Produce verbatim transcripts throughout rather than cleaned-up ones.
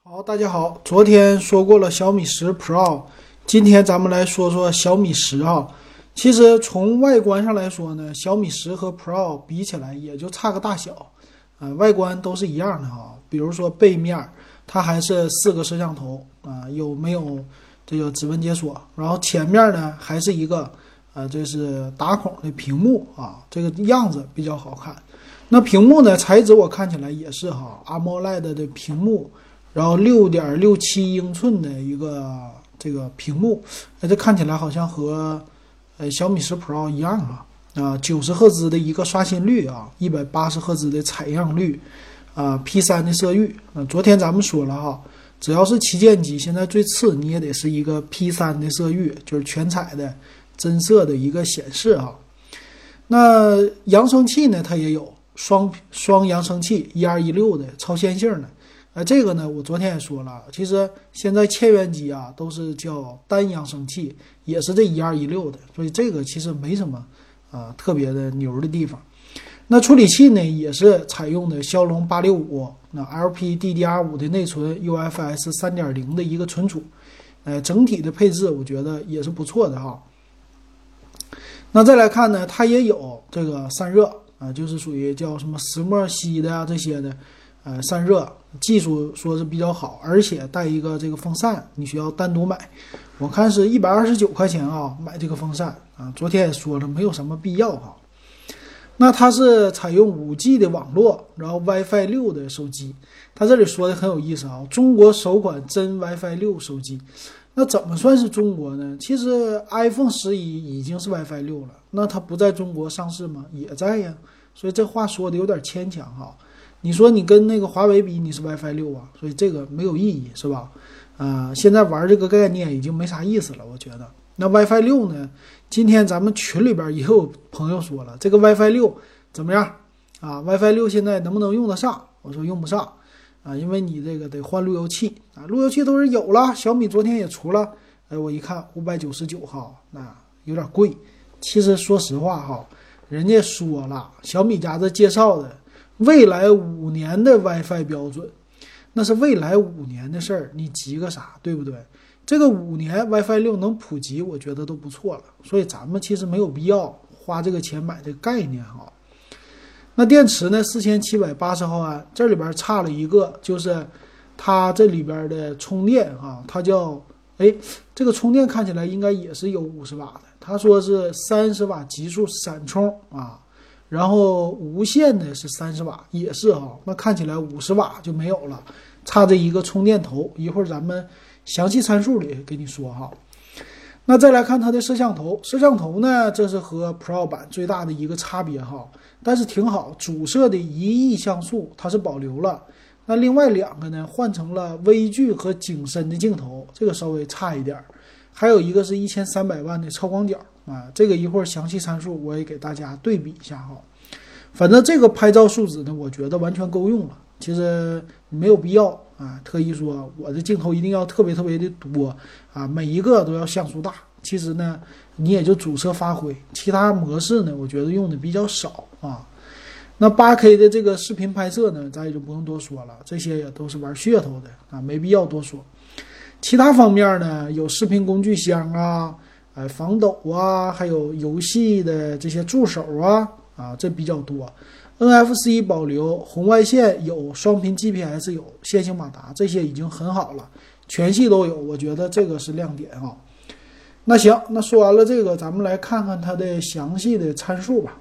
好，大家好，昨天说过了小米十 Pro， 今天咱们来说说小米十啊。其实从外观上来说呢，小米十和 Pro 比起来也就差个大小，呃，外观都是一样的哈。比如说背面，它还是四个摄像头啊、呃，有没有这个指纹解锁？然后前面呢还是一个呃，这是打孔的屏幕啊，这个样子比较好看。那屏幕呢，材质我看起来也是哈 AMOLED 的屏幕。然后 六点六七 英寸的一个这个屏幕，这看起来好像和呃小米十 Pro 一样啊啊，九十赫兹的一个刷新率啊，一百八十赫兹的采样率啊 ，P 三 的色域啊。昨天咱们说了哈，只要是旗舰机，现在最次你也得是一个 P 三 的色域，就是全彩的真色的一个显示啊。那扬声器呢，它也有双双扬声器，一二一六的超线性的。呃，这个呢，我昨天也说了，其实现在千元机啊都是叫单扬声器，也是这一二一六的，所以这个其实没什么啊、呃、特别的牛的地方。那处理器呢，也是采用的骁龙八六五，那 L P D D R 五的内存 U F S 三点零 的一个存储，呃，整体的配置我觉得也是不错的哈。那再来看呢，它也有这个散热啊、呃，就是属于叫什么石墨烯的啊这些的。呃，散热技术说是比较好，而且带一个这个风扇，你需要单独买。我看是一百二十九块钱啊，买这个风扇啊。昨天也说了，没有什么必要哈。那它是采用 五 G 的网络，然后 WiFi 六的手机。它这里说的很有意思啊，中国首款真 WiFi 六手机。那怎么算是中国呢？其实 iPhone 十一已经是 WiFi 六了，那它不在中国上市吗？也在呀。所以这话说的有点牵强哈。你说你跟那个华为比，你是 WiFi 六啊，所以这个没有意义，是吧？啊、呃，现在玩这个概念已经没啥意思了，我觉得。那 WiFi 六呢？今天咱们群里边也有朋友说了，这个 WiFi 六怎么样啊 ？WiFi 六现在能不能用得上？我说用不上啊，因为你这个得换路由器啊，路由器都是有了，小米昨天也出了，哎，我一看五百九十九号，那有点贵。其实说实话哈，人家说了，小米家这介绍的。未来五年的 WiFi 标准，那是未来五年的事儿，你急个啥，对不对？这个五年 WiFi 六能普及，我觉得都不错了。所以咱们其实没有必要花这个钱买这个概念哈。那电池呢，四千七百八十毫安，这里边差了一个，就是它这里边的充电啊，它叫哎，这个充电看起来应该也是有五十瓦的，他说是三十瓦极速闪充啊。然后无线的是三十瓦，也是哈、哦，那看起来五十瓦就没有了，差这一个充电头。一会儿咱们详细参数里给你说哈。那再来看它的摄像头，摄像头呢，这是和 Pro 版最大的一个差别哈，但是挺好，主摄的一亿像素它是保留了，那另外两个呢换成了微距和景深的镜头，这个稍微差一点，还有一个是一千三百万的超广角。啊，这个一会儿详细参数我也给大家对比一下哈。反正这个拍照素质呢，我觉得完全够用了。其实没有必要啊，特意说我的镜头一定要特别特别的多啊，每一个都要像素大。其实呢，你也就主摄发挥，其他模式呢，我觉得用的比较少啊。那 八 K 的这个视频拍摄呢，咱也就不用多说了，这些也都是玩噱头的啊，没必要多说。其他方面呢，有视频工具箱啊。哎，防抖啊，还有游戏的这些助手啊，啊，这比较多。N F C 保留，红外线有，双频 G P S 有，线性马达这些已经很好了，全系都有，我觉得这个是亮点啊。那行，那说完了这个，咱们来看看它的详细的参数吧。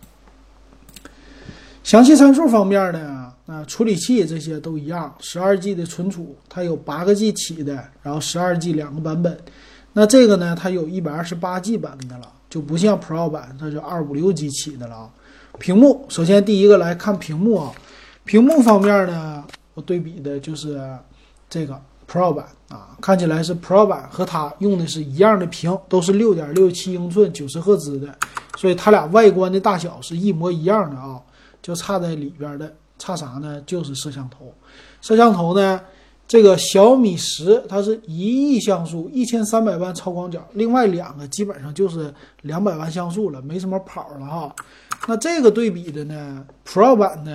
详细参数方面呢，啊，处理器这些都一样， 十二 G 的存储，它有八个 G 起的，然后 十二 G 两个版本。那这个呢，它有一百二十八 G 版的了，就不像 Pro 版，它就二五六 G 起的了啊。屏幕，首先第一个来看屏幕啊，屏幕方面呢，我对比的就是这个 Pro 版啊，看起来是 Pro 版和它用的是一样的屏，都是 六点六七 英寸九十赫兹的，所以它俩外观的大小是一模一样的啊，就差在里边的，差啥呢？就是摄像头，摄像头呢。这个小米十它是一亿像素，一千三百万超广角，另外两个基本上就是两百万像素了，没什么跑了哈。那这个对比的呢 ，Pro 版呢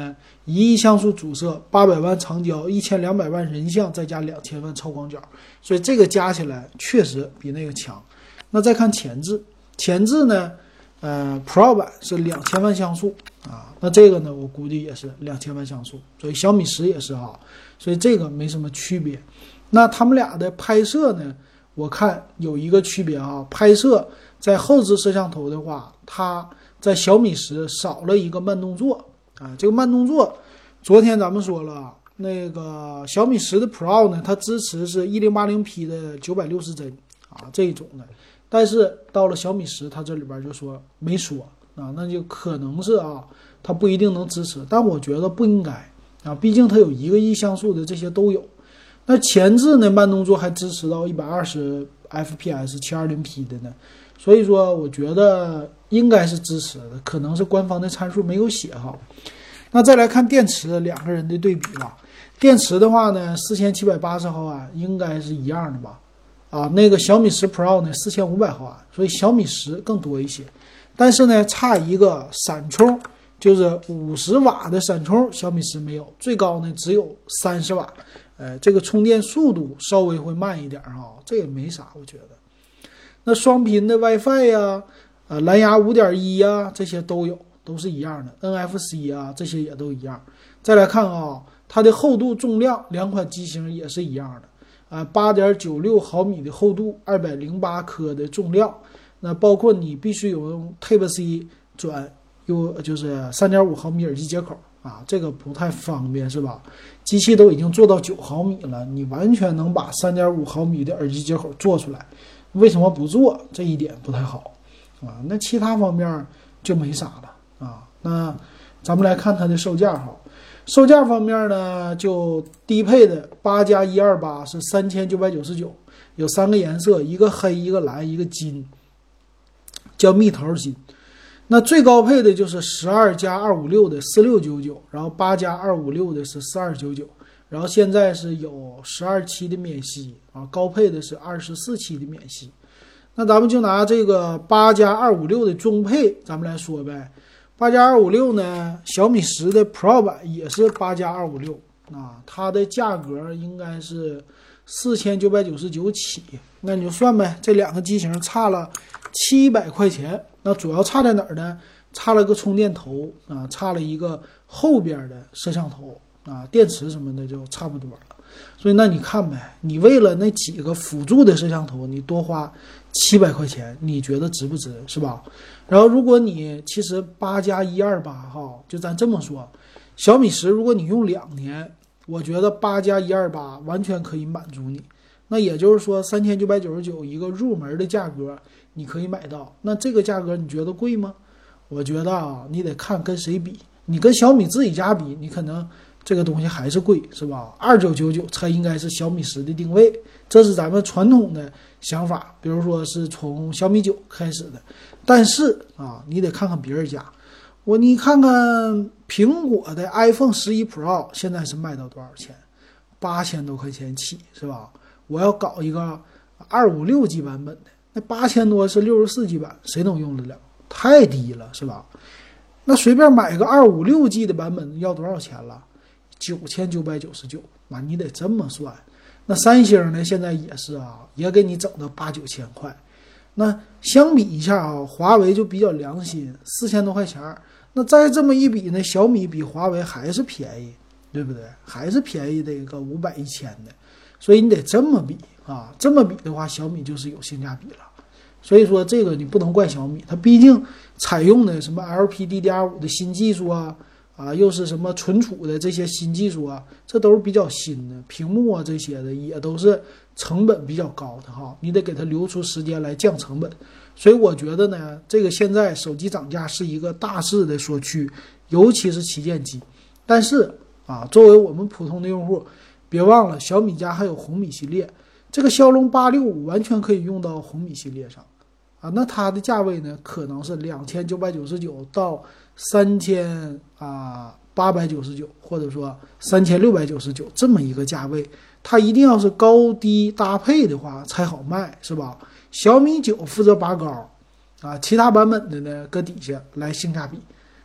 一亿像素主摄，八百万长焦，一千两百万人像，再加两千万超广角，所以这个加起来确实比那个强。那再看前置，前置呢，呃 Pro 版是两千万像素啊，那这个呢，我估计也是两千万像素，所以小米十也是哈，所以这个没什么区别。那他们俩的拍摄呢，我看有一个区别啊，拍摄在后置摄像头的话，它在小米十少了一个慢动作啊，这个慢动作，昨天咱们说了，那个小米十的 Pro 呢，它支持是 一零八零 P 的九百六十帧啊这一种的，但是到了小米十，它这里边就说没说啊，那就可能是啊，它不一定能支持，但我觉得不应该啊，毕竟它有一个亿像素的这些都有。那前置呢，慢动作还支持到一百二十 F P S 七二零 P 的呢，所以说我觉得应该是支持的，可能是官方的参数没有写哈。那再来看电池，两个人的对比吧。电池的话呢，四千七百八十毫安应该是一样的吧？啊，那个小米十 Pro 呢，四千五百毫安，所以小米十更多一些。但是呢，差一个闪充，就是五十瓦的闪充，小米十没有，最高呢只有三十瓦。呃，这个充电速度稍微会慢一点哈，这也没啥，我觉得。那双频的 WiFi 呀，呃，蓝牙 五点一 呀，这些都有，都是一样的。N F C 啊，这些也都一样。再来看啊，它的厚度、重量，两款机型也是一样的。啊，八点九六毫米的厚度，二百零八克的重量。那包括你必须有用 Type C 转，有就是三点五毫米耳机接口。啊，这个不太方便是吧？机器都已经做到九毫米了，你完全能把 三点五毫米的耳机接口做出来，为什么不做？这一点不太好啊。那其他方面就没啥了啊。那咱们来看它的售价哈，售价方面呢，就低配的八加一二八是三千九百九十九，有三个颜色，一个黑，一个蓝，一个金，叫蜜桃金。那最高配的就是十二加二五六的四六九九，然后八加二五六的是四二九九，然后现在是有十二期的免息啊，高配的是二十四期的免息。那咱们就拿这个八加二五六的中配咱们来说呗。八加二五六呢，小米十的 Pro 版也是八加二五六啊，它的价格应该是四千九百九十九起，那你就算呗，这两个机型差了七百块钱。那主要差在哪儿呢？差了个充电头啊，差了一个后边的摄像头啊，电池什么的就差不多了。所以那你看呗，你为了那几个辅助的摄像头，你多花七百块钱，你觉得值不值？是吧？然后如果你其实八加一二八哈，就咱这么说，小米十如果你用两年，我觉得八加一二八完全可以满足你。那也就是说三千九百九十九一个入门的价格你可以买到，那这个价格你觉得贵吗？我觉得啊，你得看跟谁比，你跟小米自己家比，你可能这个东西还是贵，是吧？二九九九才应该是小米十的定位，这是咱们传统的想法，比如说是从小米九开始的。但是啊，你得看看别人家，我你看看苹果的 iPhone 十一 Pro 现在是卖到多少钱？八千多块钱起，是吧？我要搞一个二五六 G 版本的，那八千多是六十四 G 版，谁能用得了？太低了，是吧？那随便买个二五六 G 的版本要多少钱了？九千九百九十九，那你得这么算。那三星呢，现在也是啊，也给你整到八九千块。那相比一下啊，华为就比较良心，四千多块钱。那再这么一比呢，小米比华为还是便宜，对不对？还是便宜的一个五百一千的。所以你得这么比啊，这么比的话，小米就是有性价比了。所以说这个你不能怪小米，它毕竟采用的什么 L P D D R 五 的新技术啊，啊又是什么存储的这些新技术啊，这都是比较新的，屏幕啊这些的也都是成本比较高的哈，你得给它留出时间来降成本。所以我觉得呢，这个现在手机涨价是一个大势的所趋，尤其是旗舰机。但是啊，作为我们普通的用户，别忘了小米家还有红米系列，这个骁龙八六五完全可以用到红米系列上啊。那它的价位呢，可能是两千九百九十九到三千啊八百九十九，或者说三千六百九十九这么一个价位。它一定要是高低搭配的话才好卖，是吧？小米九负责拔高啊，其他版本的呢搁底下来性价比。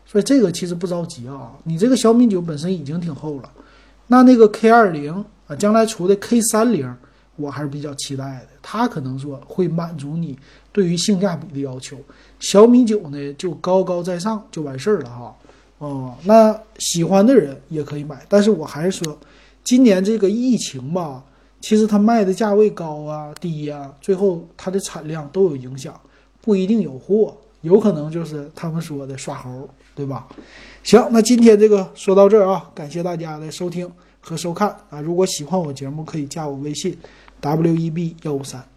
所以这个其实不着急啊。你这个小米九本身已经挺厚了，那那个 K 二十 啊，将来出的 K 三十，我还是比较期待的，它可能说会满足你对于性价比的要求。小米九呢就高高在上就完事儿了哈。哦，那喜欢的人也可以买，但是我还是说，今年这个疫情吧，其实它卖的价位高啊、低啊，最后它的产量都有影响，不一定有货，有可能就是他们说的耍猴，对吧？行，那今天这个说到这儿啊，感谢大家的收听和收看啊！如果喜欢我节目，可以加我微信 W E B 一五三。